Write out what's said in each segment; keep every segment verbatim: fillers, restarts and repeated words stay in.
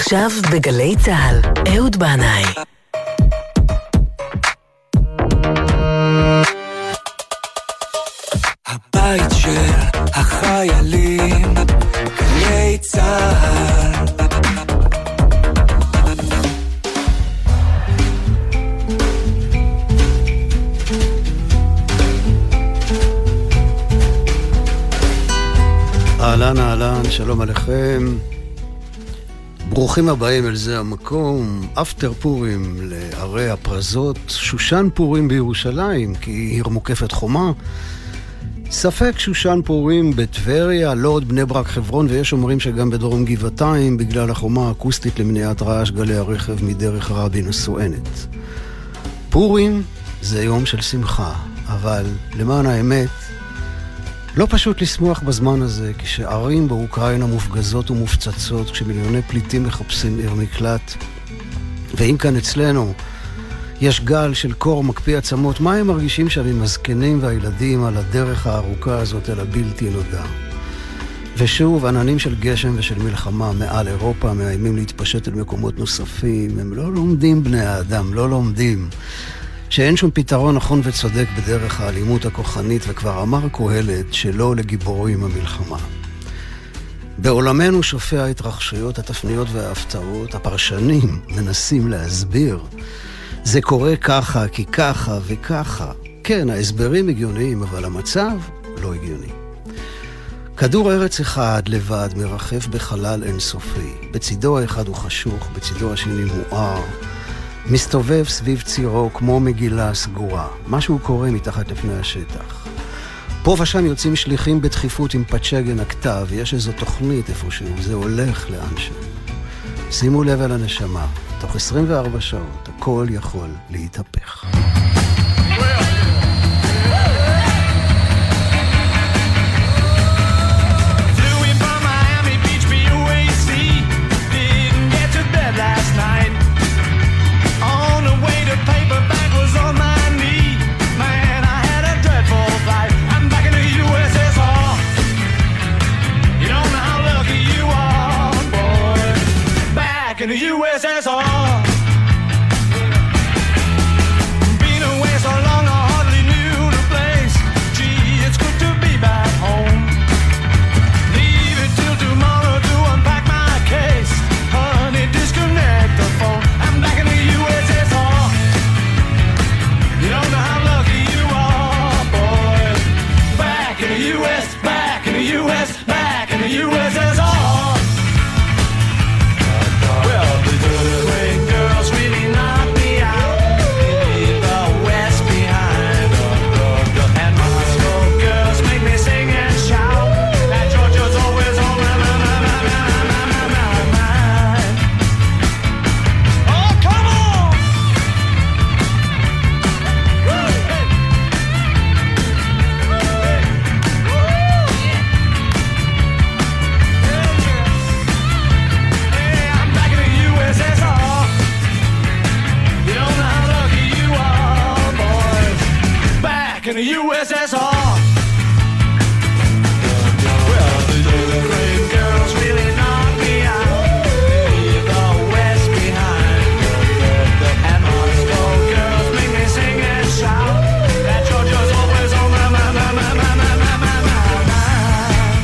עכשיו בגלי צהל, אהוד בנאי. הבית של החיילים, גלי צהל. אהלן אהלן, שלום עליכם. ברוכים הבאים אל זה המקום, אפטר פורים לערי הפרזות, שושן פורים בירושלים, כי היא עיר מוקפת חומה. ספק שושן פורים בטבריה, לא עוד בני ברק חברון, ויש אומרים שגם בדרום גבעתיים, בגלל החומה האקוסטית למניעת רעש גלי הרכב מדרך רבין הסואנת. פורים זה יום של שמחה, אבל למען האמת, לא פשוט לשמוח בזמן הזה, כשערים באוקראינה מופגזות ומופצצות, כשמיליוני פליטים מחפשים עיר מקלט. ואם כאן אצלנו יש גל של קור מקפיא עצמות, מה הם מרגישים שם עם הזקנים והילדים על הדרך הארוכה הזאת אל הבלתי נודע? ושוב, עננים של גשם ושל מלחמה מעל אירופה מאיימים להתפשט אל מקומות נוספים. הם לא לומדים בני האדם, לא לומדים. שאין שום פתרון נכון וצודק בדרך האלימות הכוחנית, וכבר אמר קהלת שלא לגיבורים המלחמה. בעולמנו שופע התרחשויות, התפניות וההפתעות, הפרשנים מנסים להסביר. זה קורה ככה, כי ככה וככה. כן, ההסברים הגיוניים, אבל המצב לא הגיוני. כדור ארץ אחד לבד מרחף בחלל אינסופי. בצידו האחד הוא חשוך, בצידו השני מואר. מסתובב סביב צירו כמו מגילה סגורה. משהו קורה מתחת לפני השטח. פה ושם יוצאים שליחים בדחיפות עם פצ'גן הכתב, ויש איזו תוכנית איפשהו, זה הולך לאנשהו. שימו לב על הנשמה, תוך עשרים וארבע שעות הכל יכול להתהפך. In the U S S R, been away so long I hardly knew the place. Gee, it's good to be back home. Leave it till tomorrow to unpack my case. Honey, disconnect the phone. I'm back in the U S S R. You don't know how lucky you are, boy. Back in the U S, back in the U S, back in the U S S R. In the U S S R. Well, the great girls really knock me out. Leave the West behind. And Moscow girls make me sing and shout. That Georgia's always on my, my, my, my, my, my, my, my, my mind.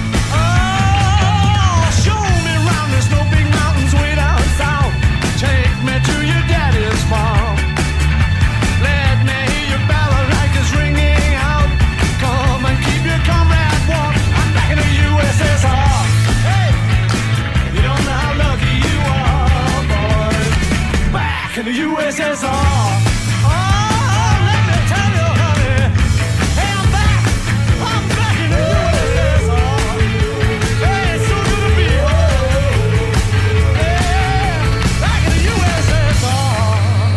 Oh, show me round, there's no big mountains way down south. Take me to your daddy's farm. Let me hear your balalaika ringing out. Come and keep your comrade warm. I'm back in the U S S R. Hey, you don't know how lucky you are, boy. Back in the U S S R. Oh, let me tell you, honey. Hey, I'm back. I'm back in the U S S R. Hey, it's so good to be home. Hey, back in the U S S R.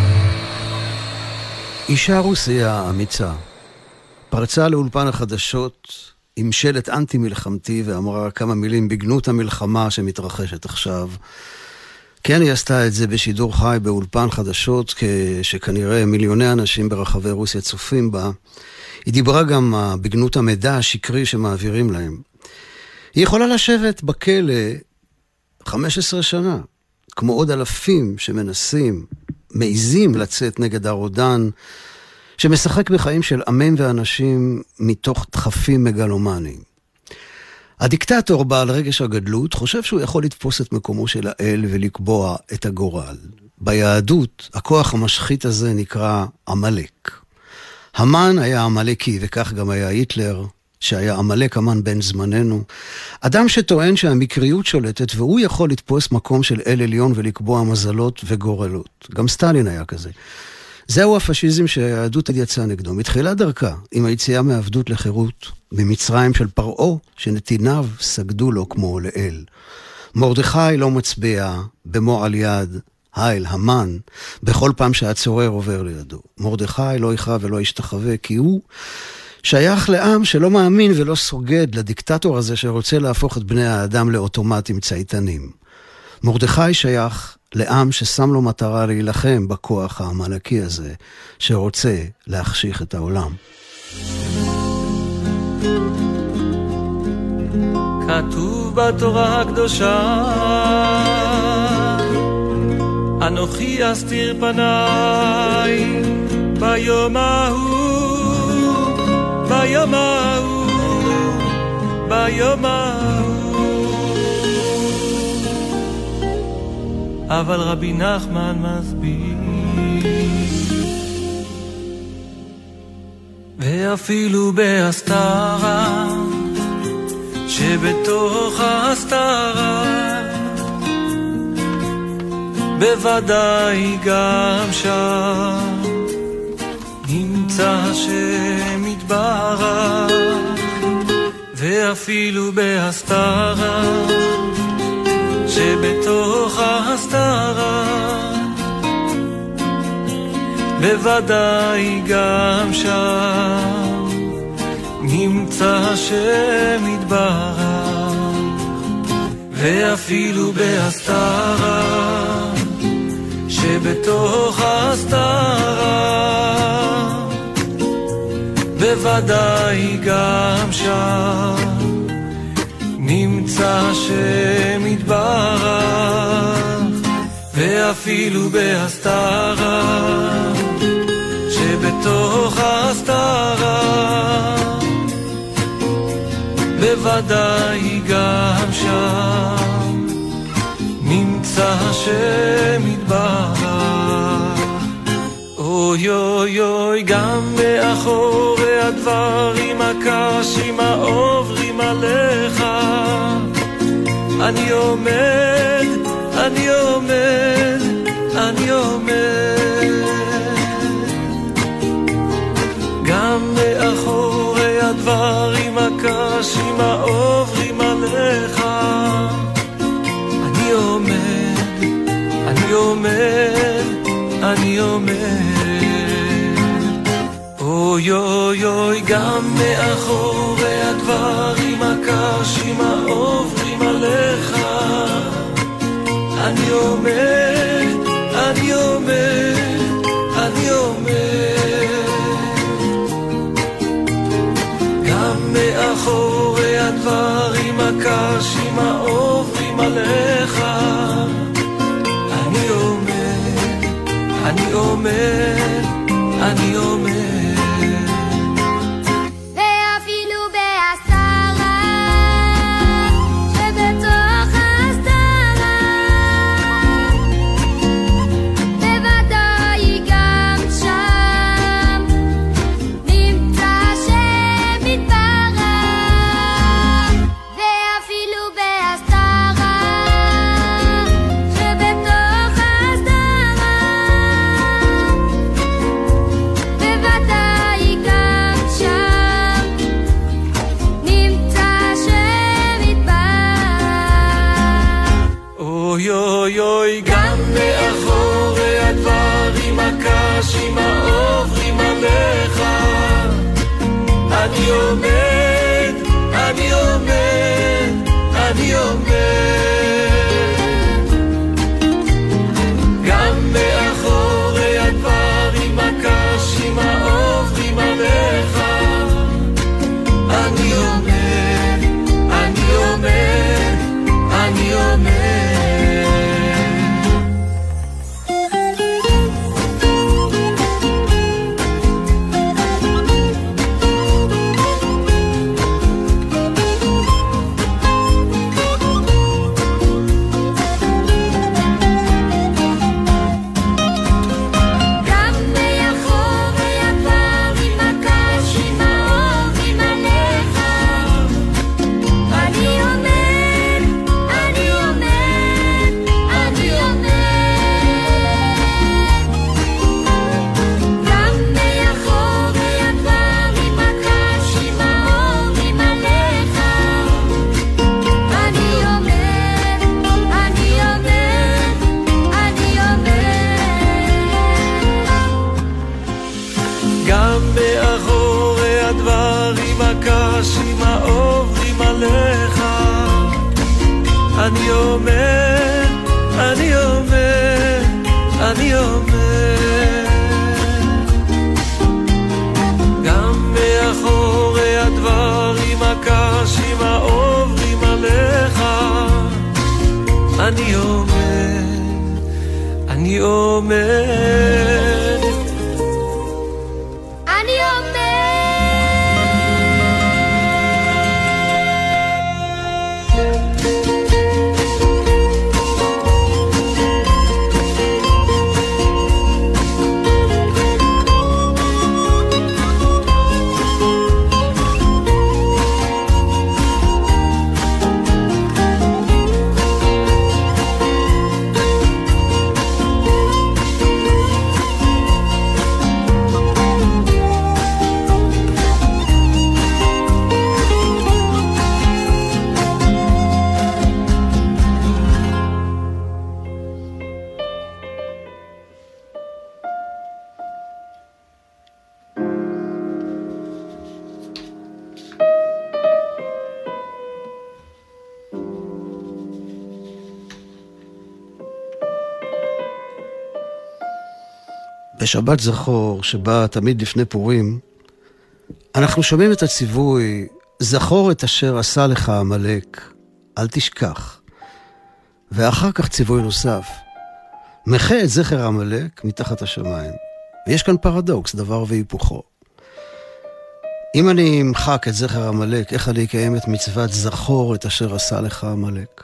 אישה רוסיה אמיצה פרצה לאולפן החדשות עם שלט אנטי מלחמתי ואמרה כמה מילים בגנות המלחמה שמתרחשת עכשיו. כן, היא עשתה את זה בשידור חי באולפן חדשות, שכנראה מיליוני אנשים ברחבי רוסיה צופים בה. היא דיברה גם בגנות המידע השקרי שמעבירים להם. היא יכולה לשבת בכלא חמש עשרה שנה, כמו עוד אלפים שמנסים, מעיזים לצאת נגד הרודן, שמשחק בחיים של עמים ואנשים מתוך דחפים מגלומניים. הדיקטטור בעל רגש הגדלות חושב שהוא יכול לתפוס את מקומו של האל ולקבוע את הגורל. ביהדות, הכוח המשחית הזה נקרא עמלק. המן היה עמלקי, וכך גם היה היטלר, שהיה עמלק המן בן זמננו. אדם שטוען שהמקריות שולטת, והוא יכול לתפוס מקום של אל עליון ולקבוע מזלות וגורלות. גם סטלין היה כזה. זהו הפשיזם שהיהדות יצאה נגדו. מתחילת דרכה, עם היציאה מעבדות לחירות, במצרים של פרעה, שנתיניו סגדו לו כמו לאל. מרדכי לא מצביע במו על יד, הייל, המן, בכל פעם שהצורר עובר לידו. מרדכי לא יכרע ולא ישתחווה, כי הוא שייך לעם שלא מאמין ולא סוגד לדיקטטור הזה שרוצה להפוך את בני האדם לאוטומטים צייתנים. מרדכי שייך לעם ששם לו מטרה להילחם בכוח העמלקי הזה, שרוצה להחשיך את העולם. כתוב בתורה הקדושה, אנוכי אסתיר פניי ביום ההוא, ביום ההוא, ביום ההוא. אבל רבי נחמן מסביר, ואפילו בהסתרה, שבתוך ההסתרה, בוודאי גם שם נמצא השם יתברך. ואפילו בהסתרה, שבתוך ההסתרה, בוודאי גם שם נמצא השם יתברך. ואפילו בהסתרה, שבתוך ההסתרה, בוודאי גם שם נמצא השם יתברך. ואפילו בהסתרה, שבתוך ההסתרה, בוודאי גם שם נמצא השם יתברך. אוי אוי אוי, גם מאחורי הדברים הקשים העוברים עליך, אני עומד, אני עומד, אני עומד. גם מאחורי הדברים הקשים העוברים עליך, אני עומד, אני עומד, אני עומד. אוי אוי אוי, גם מאחורי הדברים הקשים העוברים עליך, אני עומד, אני עומד, אני עומד. גם מאחורי הדברים הקשים העוברים עליך, אני עומד, אני עומד, אני עומד. אני עומד, אני עומד, אני עומד. גם מאחורי הדברים הקשים העוברים עליך, אני עומד, אני עומד, אני עומד. אני עומד, אני עומד, אני עומד. גם מאחורי הדברים הקשים העוברים עליך, אני עומד, אני עומד. בשבת זכור, שבא תמיד לפני פורים, אנחנו שומעים את הציווי, זכור את אשר עשה לך המלאק, אל תשכח. ואחר כך ציווי נוסף, מחה את זכר המלאק מתחת השמיים. ויש כאן פרדוקס, דבר והיפוכו. אם אני אמחק את זכר המלאק, איך אני אקיים את מצוות זכור את אשר עשה לך המלאק?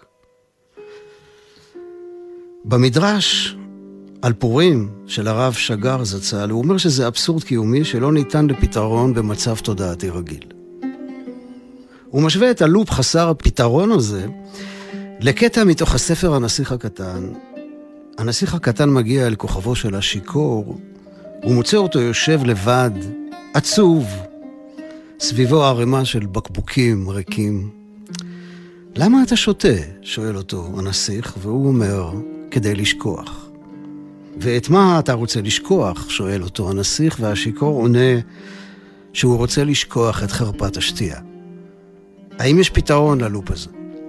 במדרש על פורים של הרב שגר זצ"ל, הוא אומר שזה אבסורד קיומי שלא ניתן לפתרון במצב תודעתי רגיל. הוא משווה את הלופ חסר הפתרון הזה לקטע מתוך הספר הנסיך הקטן. הנסיך הקטן מגיע אל כוכבו של השיכור, הוא מוצא אותו יושב לבד, עצוב, סביבו ערימה של בקבוקים ריקים. למה אתה שותה? שואל אותו הנסיך, והוא אומר, כדי לשכוח. ואת מה אתה רוצה לשכוח? שואל אותו הנסיך, והשיכור עונה שהוא רוצה לשכוח את חרפת השתייה. האם יש פתרון ללופ הזה?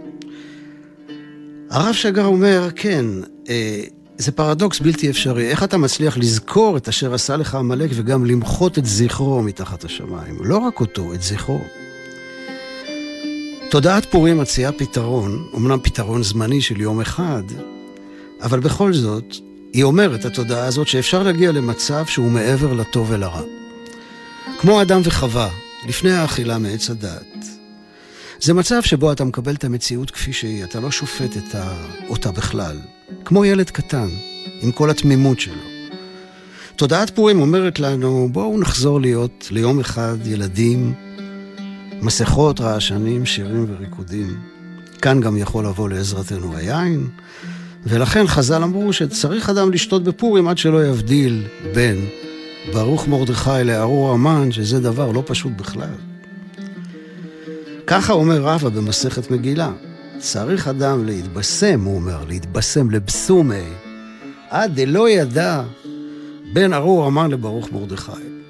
הרב שגר אומר, כן, אה, זה פרדוקס בלתי אפשרי. איך אתה מצליח לזכור את אשר עשה לך המלאק וגם למחות את זכרו מתחת השמיים? לא רק אותו, את זכרו. תודעת פורים מציעה פתרון, אמנם פתרון זמני של יום אחד, אבל בכל זאת, היא אומרת, התודעה הזאת, שאפשר להגיע למצב שהוא מעבר לטוב ולרע. כמו אדם וחווה, לפני האכילה מעץ הדעת. זה מצב שבו אתה מקבל את המציאות כפי שהיא, אתה לא שופט את ה... אותה בכלל. כמו ילד קטן, עם כל התמימות שלו. תודעת פורים אומרת לנו, בואו נחזור להיות ליום אחד ילדים, מסכות, רעשנים, שירים וריקודים. כאן גם יכול לבוא לעזרתנו היין, ולכן חז"ל אמרו שצריך אדם לשתות בפורים עד שלא יבדיל בין ברוך מרדכי לארור המן, שזה דבר לא פשוט בכלל. ככה אומר רבא במסכת מגילה, צריך אדם להתבשם, הוא אומר, להתבשם לבסומי, עד דלא ידע בין ארור המן לברוך מרדכי.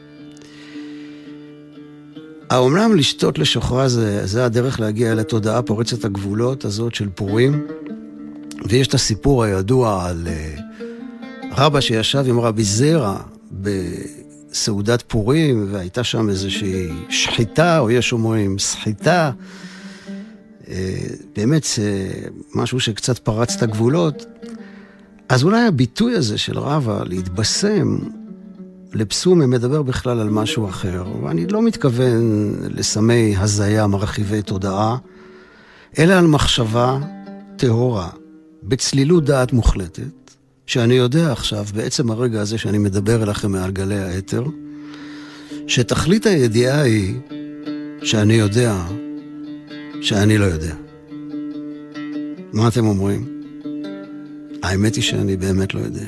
האומנם לשתות לשוכרה זה, זה הדרך להגיע לתודעה פורצת הגבולות הזאת של פורים, ויש את הסיפור הידוע על uh, רבא שישב עם רבי זרע בסעודת פורים, והייתה שם איזושהי שחיטה, או יש אומרים סחיטה, uh, באמת זה משהו שקצת פרץ את הגבולות. אז אולי הביטוי הזה של רבא להתבשם לפסומי מדבר בכלל על משהו אחר, ואני לא מתכוון לסמי הזיה מרחיבי תודעה, אלא על מחשבה טהורה, בצלילות דעת מוחלטת, שאני יודע עכשיו, בעצם הרגע הזה שאני מדבר אליכם מעל גלי האתר, שתכלית הידיעה היא שאני יודע שאני לא יודע. מה אתם אומרים? האמת היא שאני באמת לא יודע.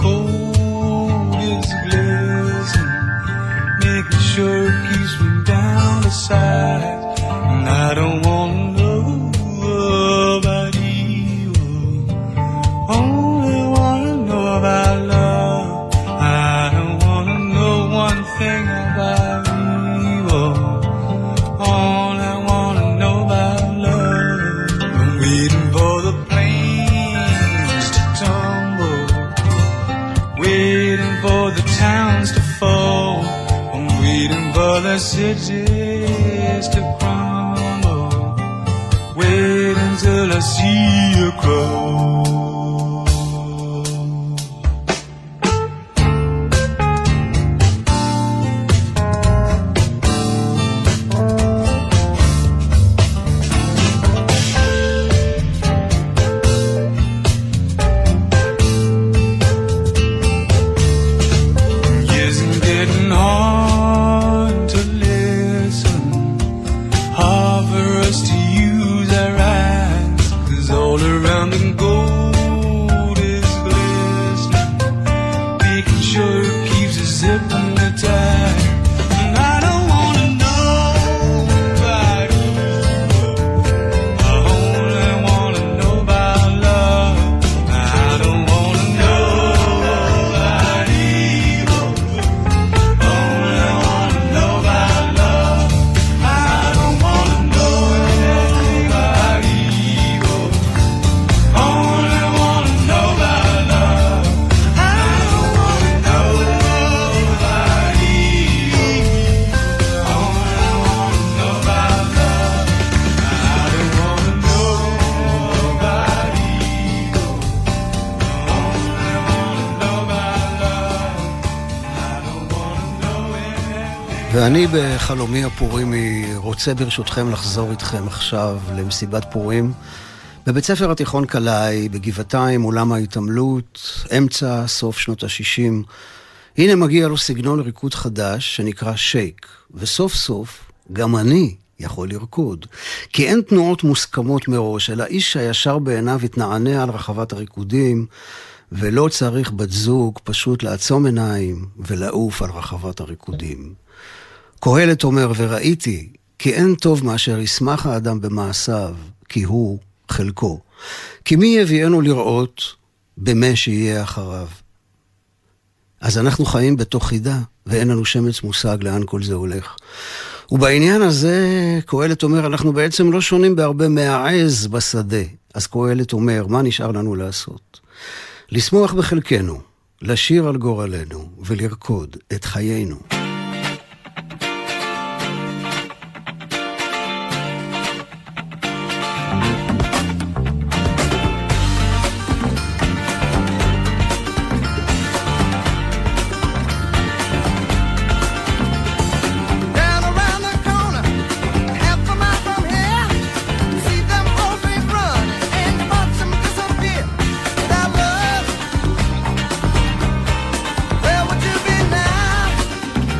cold is glistening, making sure it keeps me down to sight. And I don't want to know about evil, only want to know about love. I don't want to know one thing about evil, all I want to know about love. I'm waiting for the plains to tumble, waiting for the towns to fall. I'm waiting for the cities to crumble, wait until I see you grow. ואני בחלומי הפורימי רוצה ברשותכם לחזור איתכם עכשיו למסיבת פורים בבית ספר התיכון קלעי בגבעתיים, אולם ההתעמלות, אמצע סוף שנות ה-שישים. הנה מגיע לו סגנון ריקוד חדש שנקרא שייק, וסוף סוף גם אני יכול לרקוד, כי אין תנועות מוסכמות מראש, אלא איש הישר בעיניו התנענע על רחבת הריקודים, ולא צריך בת זוג פשוט לעצום עיניים ולעוף על רחבת הריקודים. קהלת אומר, וראיתי, כי אין טוב מאשר ישמח האדם במעשיו, כי הוא חלקו. כי מי יביאנו לראות במה שיהיה אחריו? אז אנחנו חיים בתוך חידה, ואין לנו שמץ מושג לאן כל זה הולך. ובעניין הזה, קהלת אומר, אנחנו בעצם לא שונים בהרבה מהעז בשדה. אז קהלת אומר, מה נשאר לנו לעשות? לשמוח בחלקנו, לשיר על גורלנו, ולרקוד את חיינו. Where would you be now?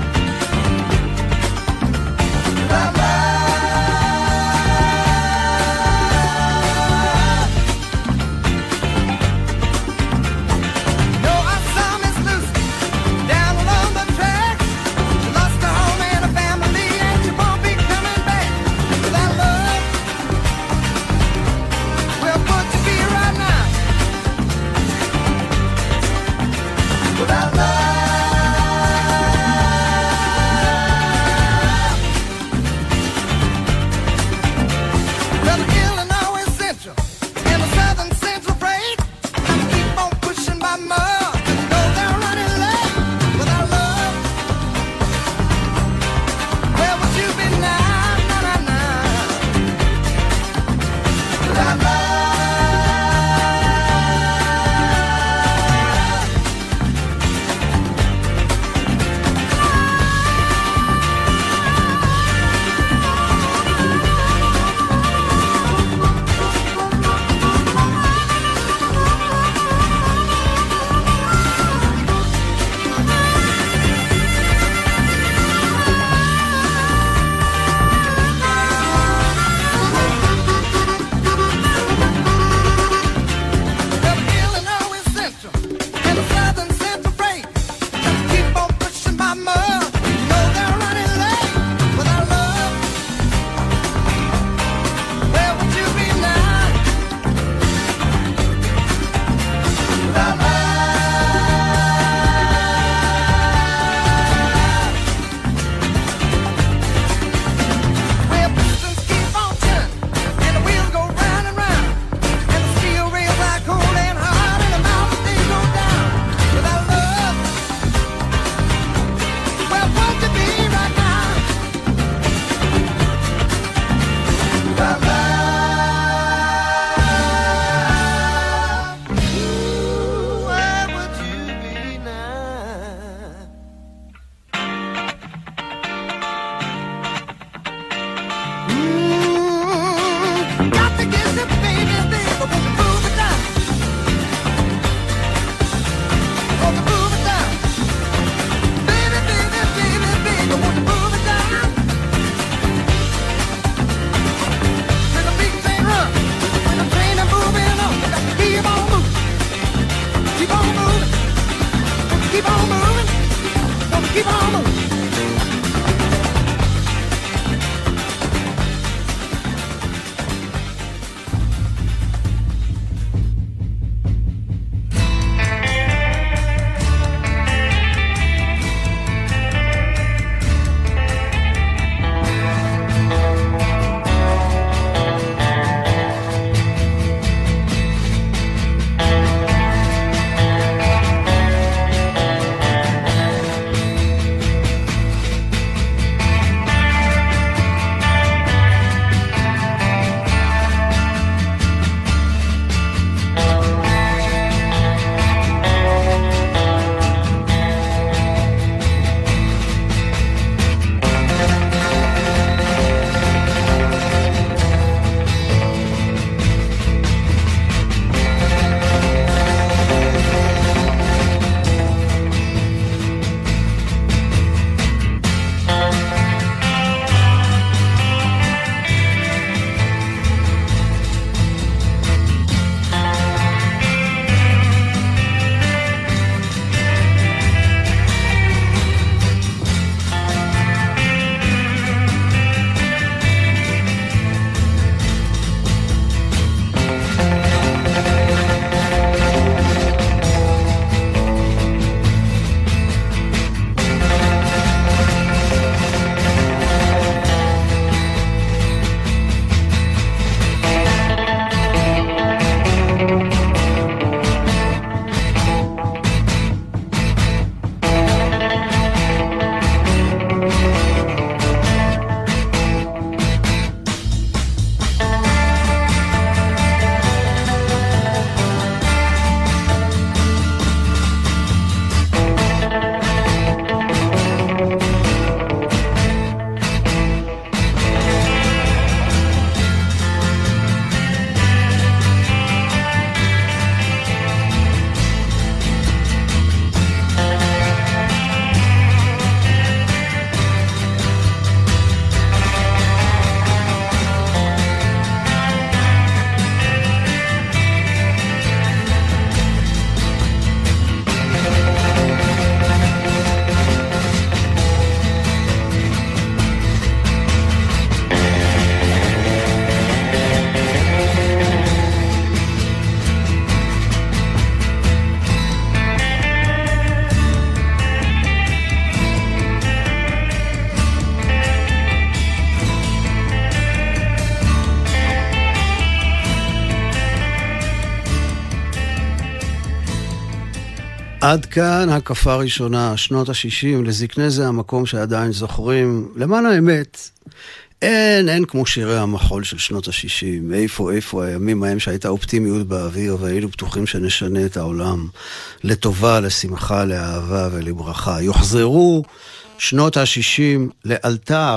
עד כאן הקפה הראשונה, שנות ה-שישים, לזקני זה המקום שעדיין זוכרים. למען האמת, אין, אין כמו שירי המחול של שנות ה-שישים. איפה, איפה הימים ההם שהייתה אופטימיות באוויר, והיינו בטוחים שנשנה את העולם לטובה, לשמחה, לאהבה ולברכה. יוחזרו שנות ה-שישים לאלתר.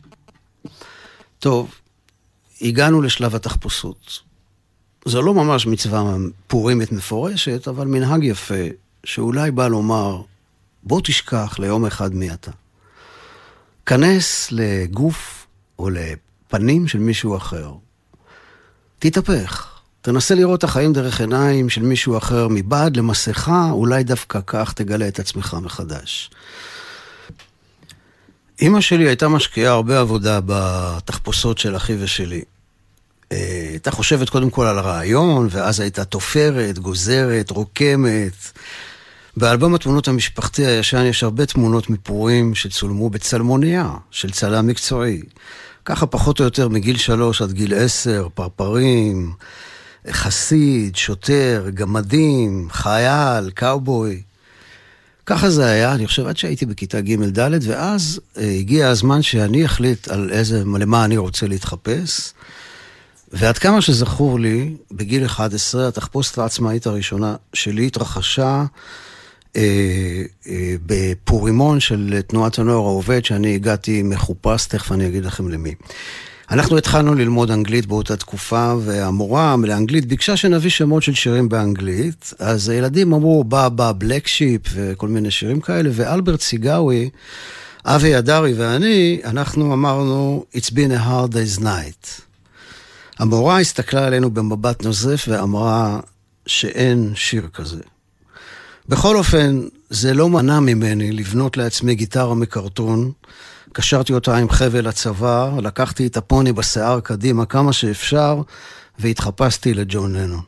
טוב, הגענו לשלב התחפושות. זו לא ממש מצווה פורימית מפורשת, אבל מנהג יפה, שאולי בא לומר, בוא תשכח ליום אחד מי אתה. כנס לגוף או לפנים של מישהו אחר. תתהפך. תנסה לראות את החיים דרך עיניים של מישהו אחר מבעד למסכה, אולי דווקא כך תגלה את עצמך מחדש. אמא שלי הייתה משקיעה הרבה עבודה בתחפושות של אחי ושלי. הייתה חושבת קודם כל על הרעיון, ואז הייתה תופרת, גוזרת, רוקמת. באלבום התמונות המשפחתי הישן יש הרבה תמונות מפורים שצולמו בצלמוניה, של צלם מקצועי. ככה פחות או יותר מגיל שלוש עד גיל עשר, פרפרים, חסיד, שוטר, גמדים, חייל, קאובוי. ככה זה היה, אני חושב, עד שהייתי בכיתה ג' ד', ואז הגיע הזמן שאני אחליט על איזה, למה אני רוצה להתחפש. ועד כמה שזכור לי, בגיל אחד עשרה, התחפושת העצמאית הראשונה שלי התרחשה אה, אה, בפורימון של תנועת הנוער העובד, שאני הגעתי מחופש, תכף אני אגיד לכם למי. אנחנו התחלנו ללמוד אנגלית באותה תקופה, והמורה לאנגלית ביקשה שנביא שמות של שירים באנגלית, אז הילדים אמרו, בא, בא, בלק שיפ, וכל מיני שירים כאלה, ואלברט סיגאווי, אבי אדרי ואני, אנחנו אמרנו, It's been a hard day's night. המורה הסתכלה עלינו במבט נוזף ואמרה שאין שיר כזה. בכל אופן, זה לא מנע ממני לבנות לעצמי גיטרה מקרטון, קשרתי אותה עם חבל הצוואר, לקחתי את הפוני בשיער קדימה כמה שאפשר, והתחפשתי לג'ון לנון.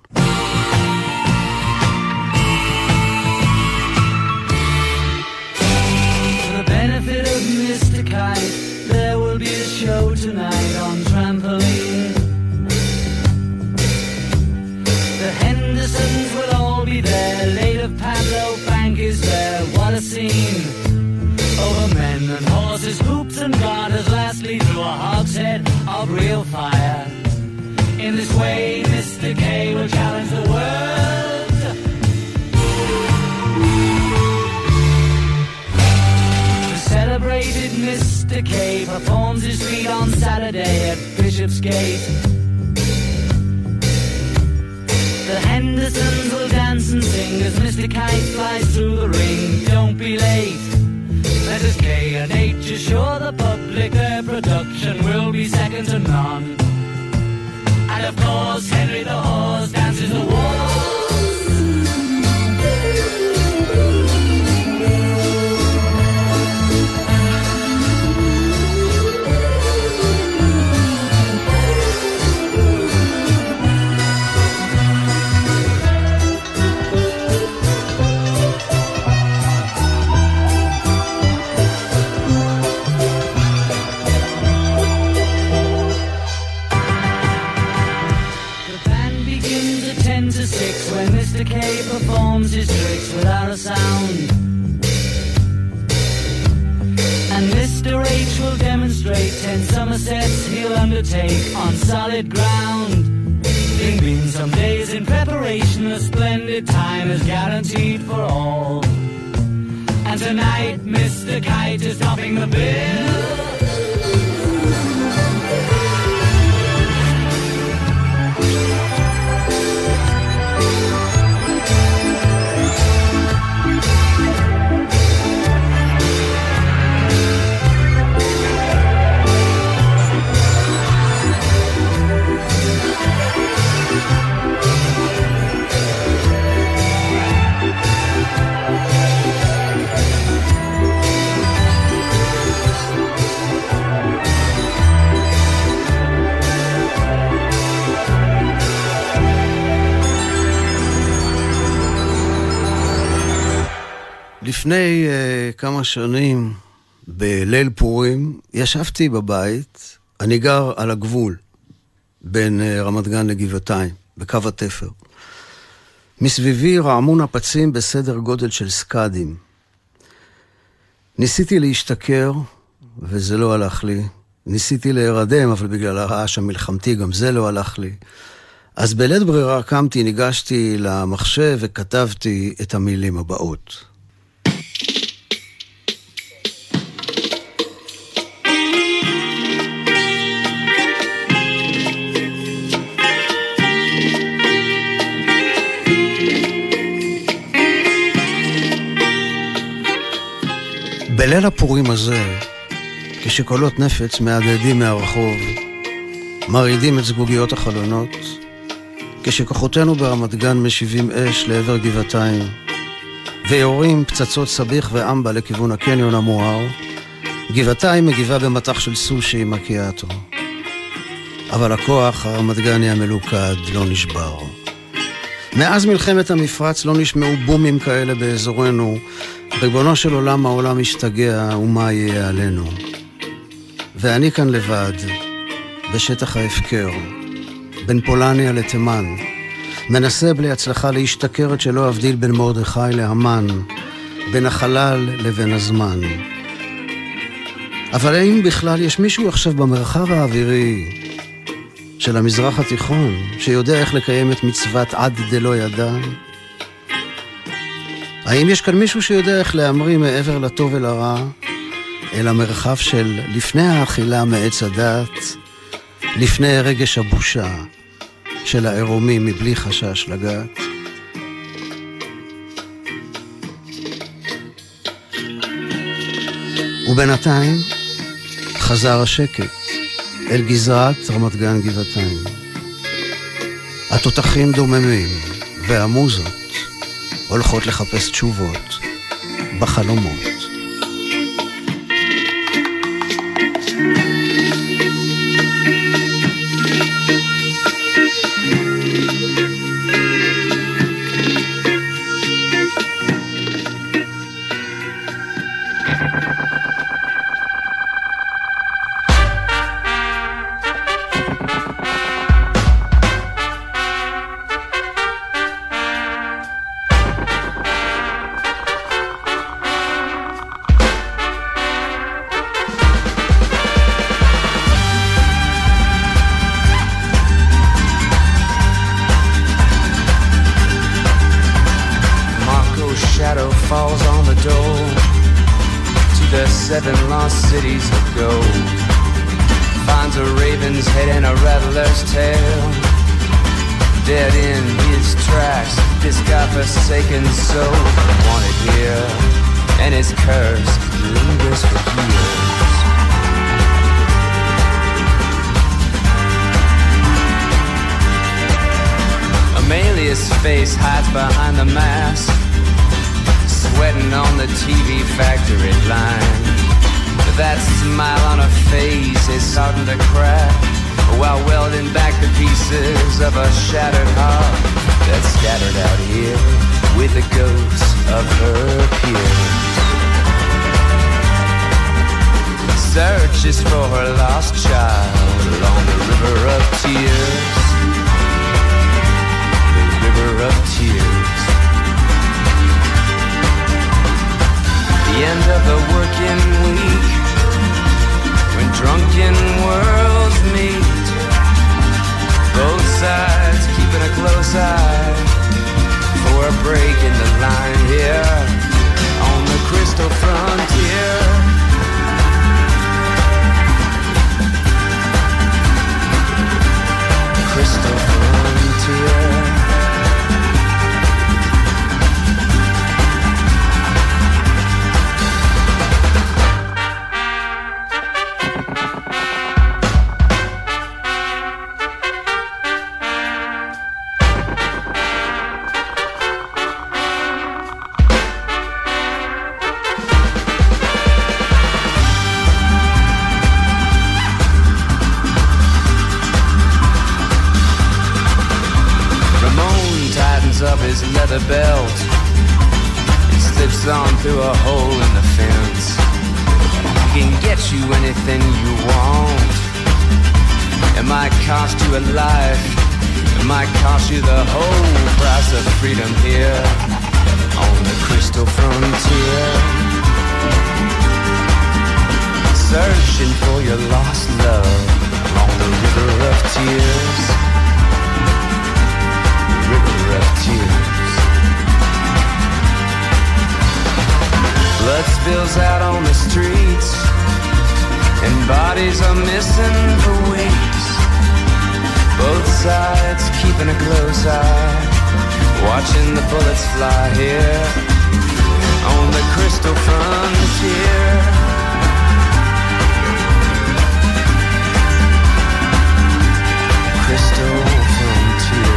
For the benefit of Mister Kite, there will be a show tonight on trampoline. The Hendersons will all be there, Late of Pablo Bank is there, what a scene. Over men and horses, hoops and garters, lastly through a hogshead of real fire. In this way, Mister K will challenge the world. The celebrated Mister K performs his feat on Saturday at Bishopsgate. The Hendersons will dance and sing as Mister Kite flies through the ring. Don't be late. Letters K and H assure the public their production will be second to none. And of course, Henry the Horse dances the waltz. Mister K performs his tricks without a sound, and Mister H will demonstrate ten Somersets he'll undertake on solid ground. Bing bing, some days in preparation, a splendid time is guaranteed for all. And tonight Mister Kite is topping the bill. לפני uh, כמה שנים, בליל פורים, ישבתי בבית, אני גר על הגבול, בין uh, רמת גן לגבעתיים, בקו התפר. מסביבי רעמו נפצים בסדר גודל של סקאדים. ניסיתי להשתכר, וזה לא הלך לי. ניסיתי להירדם, אבל בגלל הרעש המלחמתי גם זה לא הלך לי. אז בלית ברירה קמתי, ניגשתי למחשב וכתבתי את המילים הבאות. בליל הפורים הזה, כשקולות נפץ מהדהדים מהרחוב, מרעידים את זגוגיות החלונות, כשכוחותינו ברמת גן משיבים אש לעבר גבעתיים, ויורים פצצות סביח ואמבה לכיוון הקניון המואר, גבעתיים מגיבה במטח של סושי עם מקיאטו. אבל הכוח הרמת גני המלוכד לא נשבר. מאז מלחמת המפרץ לא נשמעו בומים כאלה באזורנו. ריבונו של עולם, העולם משתגע, ומה יהיה עלינו? ואני כאן לבד, בשטח ההפקר, בין פולניה לתימן, מנסה בלי הצלחה להשתכר את שלא הבדיל בין מרדכי להמן, בין החלל לבין הזמן. אבל האם בכלל יש מישהו עכשיו במרחב האווירי של המזרח התיכון, שיודע איך לקיים את מצוות עד דלא ידע? האם יש כאן מישהו שיודע איך להמריא מעבר לטוב ולרע, אל המרחב של לפני האכילה מעץ הדת, לפני רגש הבושה של העירומים מבלי חשש לגעת? ובינתיים חזר השקט אל גזרת רמת גן גבעתיים. התותחים דוממים והמוזות הולכות לחפש תשובות בחלומות. Face hides behind the mask, sweating on the T V factory line. That smile on her face is starting to crack, while welding back the pieces of a shattered heart that's scattered out here with the ghosts of her peers. Searches for her lost child along the river of tears. Of tears. The end of the working week, when drunken worlds meet, both sides keeping a close eye for a break in the line here on the crystal frontier. Crystal frontier. His leather belt, he slips on through a hole in the fence. He can get you anything you want. It might cost you a life, it might cost you the whole price of freedom here on the crystal frontier. Searching for your lost love along the river of tears. River of tears. Blood spills out on the streets and bodies are missing for weeks. Both sides keeping a close eye, watching the bullets fly here on the crystal frontier. Crystal frontier.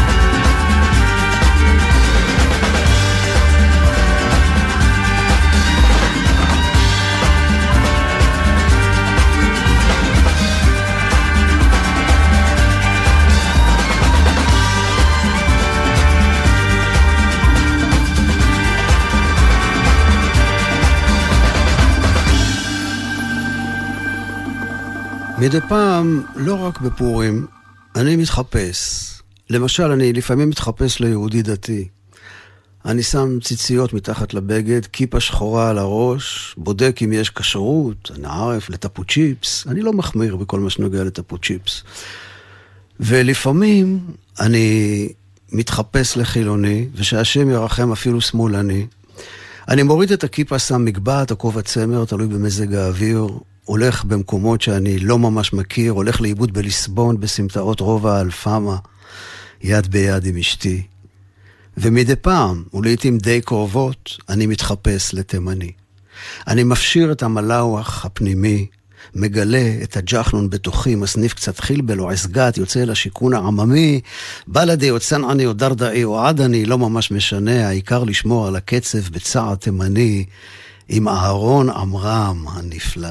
מדי פעם, לא רק בפורים, אני מתחפש. למשל, אני לפעמים מתחפש ליהודי דתי. אני שם ציציות מתחת לבגד, כיפה שחורה על הראש, בודק אם יש כשרות, אני ערף לטפו צ'יפס. אני לא מחמיר בכל מה שנוגע לטפו צ'יפס. ולפעמים אני מתחפש לחילוני, ושהשם ירחם אפילו שמאלני. אני מוריד את הכיפה, שם מגבעת, הכובע צמר, תלוי במזג האוויר, הולך במקומות שאני לא ממש מכיר, הולך לאיבוד בליסבון, בסמטאות רובע אלפמה, יד ביד עם אשתי. ומדי פעם, ולעיתים די קרובות, אני מתחפש לתימני. אני מפשיר את המלאוח הפנימי, מגלה את הג'חנון בתוכי, מסניף קצת חילבל או עסגת, יוצא אל השיקון העממי, בלדי או צנעני או דרדאי או עדני, לא ממש משנה, העיקר לשמור על הקצב בצער תימני, עם אהרון עמרם הנפלא.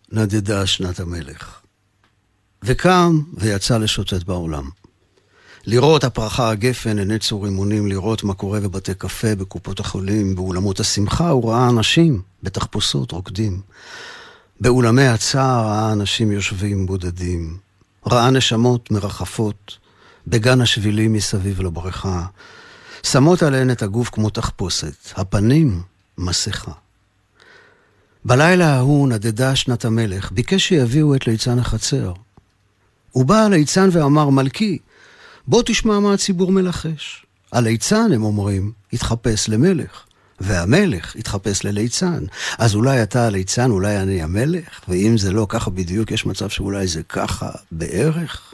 נדדה שנת המלך. וקם ויצא לשוטט בעולם. לראות הפרחה הגפן, עיני צור רימונים, לראות מה קורה בבתי קפה, בקופות החולים, באולמות השמחה, הוא ראה אנשים בתחפושות רוקדים. באולמי הצער ראה אנשים יושבים בודדים. ראה נשמות מרחפות, בגן השבילים מסביב לבריכה. שמות עליהן את הגוף כמו תחפושת, הפנים מסכה. בלילה ההוא נדדה שנת המלך, ביקש שיביאו את ליצן החצר. הוא בא הליצן ואמר, מלכי, בוא תשמע מה הציבור מלחש. הליצן, הם אומרים, התחפש למלך, והמלך התחפש לליצן. אז אולי אתה הליצן, אולי אני המלך, ואם זה לא ככה בדיוק, יש מצב שאולי זה ככה בערך.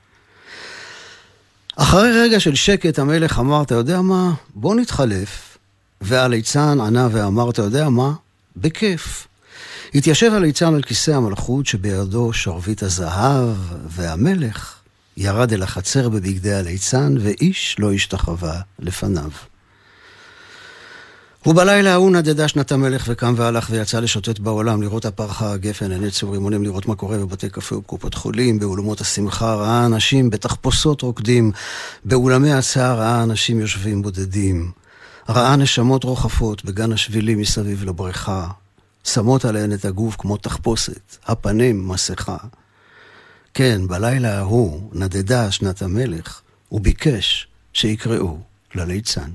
אחרי רגע של שקט המלך אמר, אתה יודע מה? בוא נתחלף. והליצן ענה ואמר, אתה יודע מה? בכיף. התיישב הליצן על כיסא המלכות שבידו שרבית הזהב, והמלך ירד אל החצר בבגדי הליצן, ואיש לא השתחווה לפניו. ובלילה ההוא נדדה שנת המלך וקם והלך ויצא לשוטט בעולם, לראות הפרחה הגפן, עיני צור רימונים, לראות מה קורה בבתי קפה ובקופות חולים, באולמות השמחה ראה אנשים בתחפושות רוקדים, באולמי הצער ראה אנשים יושבים בודדים, ראה נשמות רוחפות בגן השבילים מסביב לבריכה, שמות עליהן את הגוף כמו תחפושת, הפנים מסכה. כן, בלילה ההוא נדדה שנת המלך, וביקש שיקראו לליצן.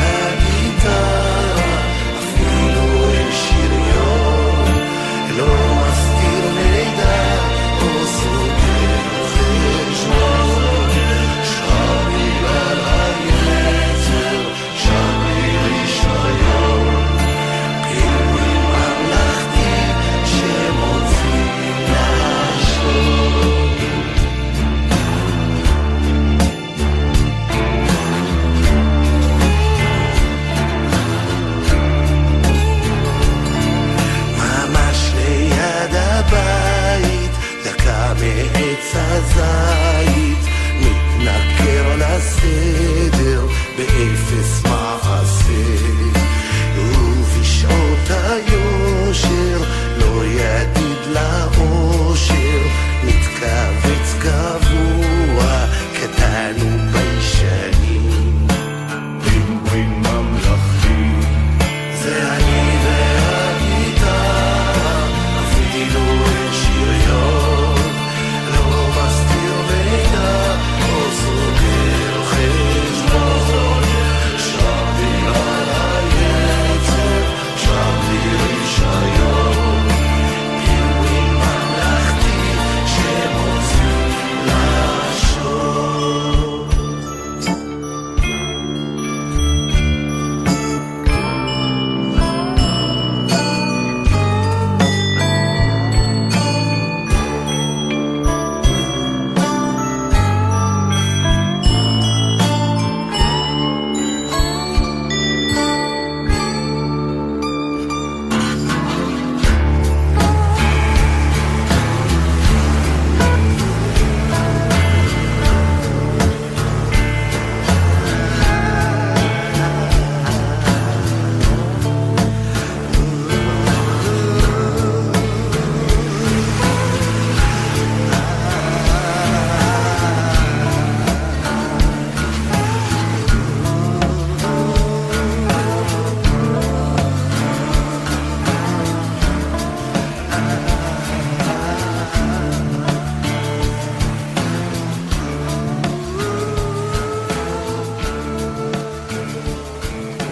Lord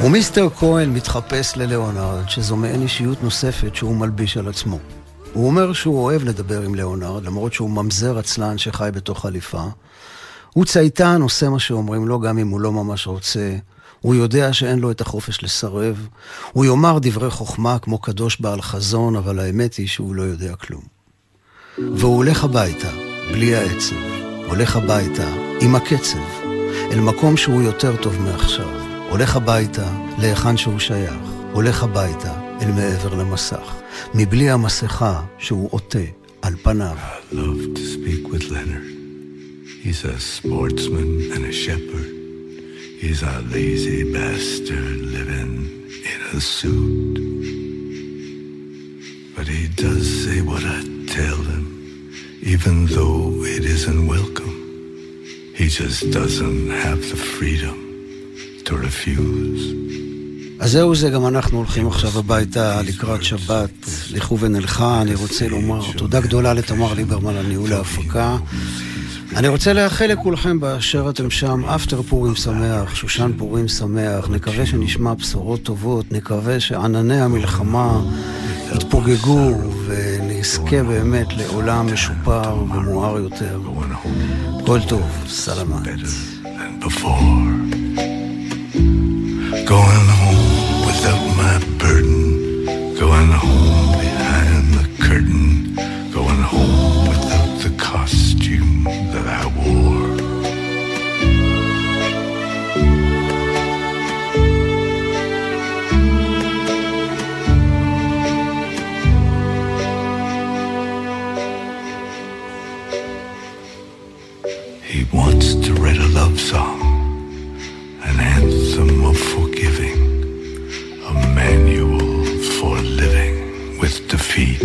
ומיסטר כהן מתחפש ללאונרד, שזו מעין אישיות נוספת שהוא מלביש על עצמו. הוא אומר שהוא אוהב לדבר עם לאונרד, למרות שהוא ממזר עצלן שחי בתוך חליפה. הוא צייתן, עושה מה שאומרים לו, גם אם הוא לא ממש רוצה. הוא יודע שאין לו את החופש לסרב. הוא יאמר דברי חוכמה כמו קדוש בעל חזון, אבל האמת היא שהוא לא יודע כלום. והוא הולך הביתה, בלי העצב. הולך הביתה, עם הקצב, אל מקום שהוא יותר טוב מעכשיו. הולך הביתה, להיכן שהוא שייך. הולך הביתה, אל מעבר למסך. מבלי המסכה שהוא עוטה על פניו. I love to speak with Leonard. He's a sportsman and a shepherd. He's a lazy bastard living in a suit. But he does say what I tell him, even though it isn't welcome. He just doesn't have the freedom to refuse. אז זהו זה, גם אנחנו הולכים עכשיו הביתה לקראת שבת, לכו ונלכה. אני רוצה לומר תודה גדולה לתמר ליברמן על ניהול ההפקה. אני רוצה לאחל לכולכם באשר אתם שם אפטר פורים שמח, שושן פורים שמח. נקווה שנשמע בשורות טובות, נקווה שענני המלחמה יתפוגגו ונזכה באמת לעולם משופר ומואר יותר. כל טוב, סלמת. Going home without my burden, going home behind the curtain, going home without the costume that I wore. He wants to write a love song, an anthem of forgiving, a manual for living with defeat,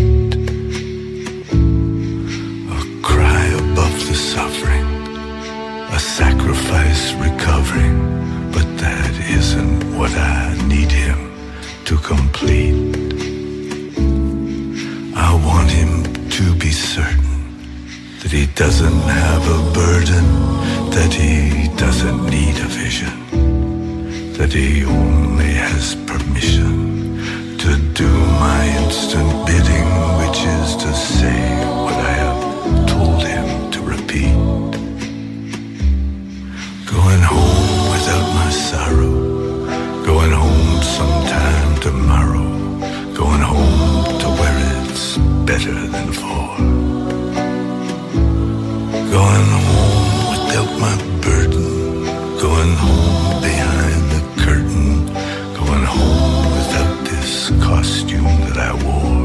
a cry above the suffering, a sacrifice recovering, but that isn't what I need him to complete. I want him to be certain that he doesn't have a burden, that he doesn't need a vision, that he only has permission to do my instant bidding, which is to say what I have told him to repeat. Going home without my sorrow, going home sometime tomorrow, going home to where it's better than for. Going home without my burden, going home behind the curtain, going home without this costume that I wore.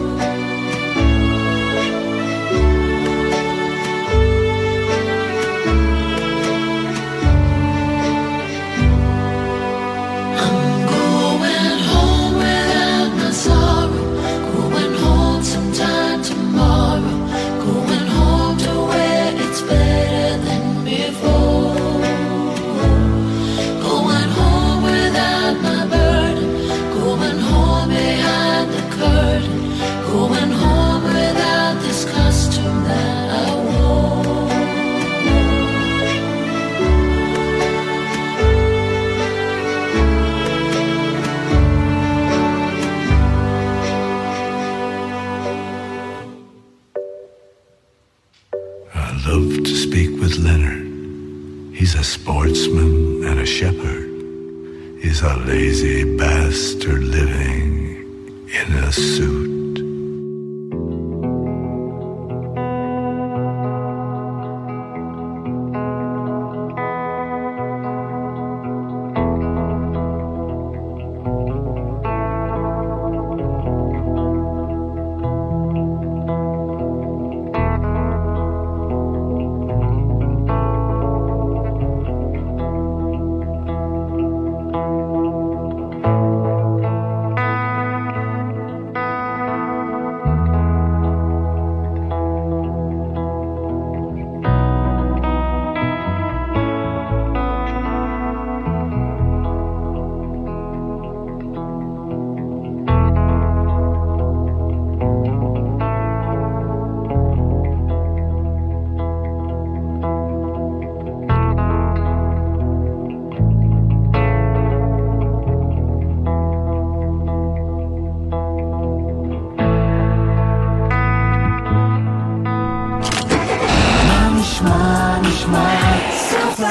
I'm going home without my sorrow, going home sometime tomorrow, going home to where it's better than before. Going home without my burden, going home behind the curtain, going home without this costume that I wore. I love to speak with Leonard. He's a sportsman and a shepherd. He's a lazy bastard living in a suit.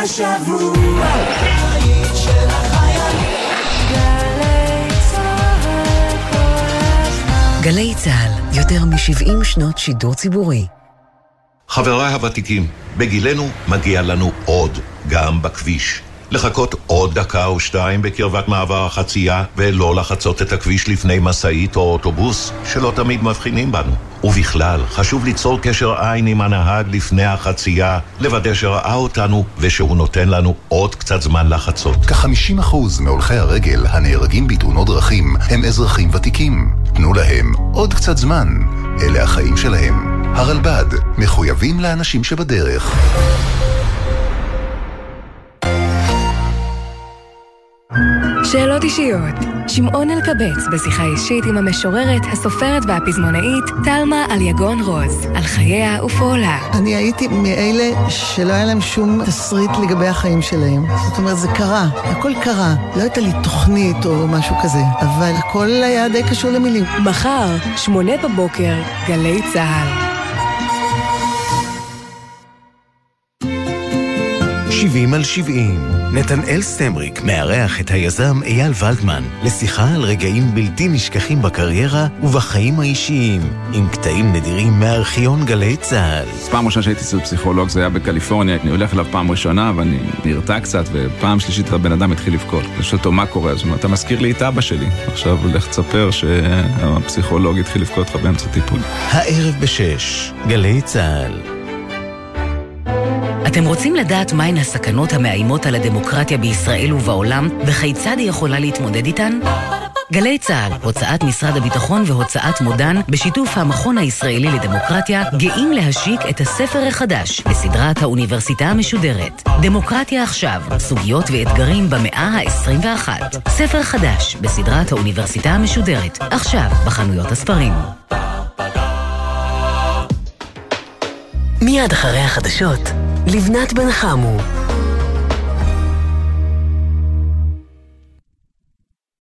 השבוע, בית של החיילים. גלי צהל כל הזמן. גלי צהל, יותר מ-שבעים שנות שידור ציבורי. חבריי הוותיקים, בגילנו מגיע לנו עוד, גם בכביש. לחכות עוד דקה או שתיים בקרבת מעבר החצייה, ולא לחצות את הכביש לפני מסעית או אוטובוס, שלא תמיד מבחינים בנו. ובכלל, חשוב ליצור קשר עין עם הנהג לפני החצייה, לוודא שראה אותנו ושהוא נותן לנו עוד קצת זמן לחצות. כ-חמישים אחוז מהולכי הרגל הנהרגים בתאונות דרכים הם אזרחים ותיקים. תנו להם עוד קצת זמן. אלה החיים שלהם. הרלב"ד, מחויבים לאנשים שבדרך. שאלות אישיות. שמעון אלקבץ בשיחה אישית עם המשוררת, הסופרת והפזמונאית תלמה אליגון רוז על חייה ופועלה. אני הייתי מאלה שלא היה להם שום תסריט לגבי החיים שלהם. זאת אומרת, זה קרה, הכל קרה. לא הייתה לי תוכנית או משהו כזה, אבל הכל היה די קשור למילים. מחר, שמונה בבוקר, גלי צהל. שבעים על שבעים. נתנאל סטמריק מארח את היזם אייל ולדמן לשיחה על רגעים בלתי נשכחים בקריירה ובחיים האישיים, עם קטעים נדירים מארכיון גלי צהל. פעם ראשונה שהייתי אצל פסיכולוג זה היה בקליפורניה, אני הולך אליו פעם ראשונה ואני נרתע קצת, ופעם שלישית הבן אדם התחיל לבכות. אני שואל אותו מה קורה, אז הוא אומר, אתה מזכיר לי את אבא שלי. עכשיו לך תספר שהפסיכולוג התחיל לבכות לך באמצע טיפול. הערב בשש, גלי צהל. אתם רוצים לדעת מהן הסכנות המאיימות על הדמוקרטיה בישראל ובעולם, וכיצד היא יכולה להתמודד איתן? גלי צהל, הוצאת משרד הביטחון והוצאת מודן, בשיתוף המכון הישראלי לדמוקרטיה, גאים להשיק את הספר החדש בסדרת האוניברסיטה המשודרת. דמוקרטיה עכשיו, סוגיות ואתגרים במאה ה-עשרים ואחת. ספר חדש בסדרת האוניברסיטה המשודרת, עכשיו בחנויות הספרים. מיד אחרי החדשות, לבנת בן חמו.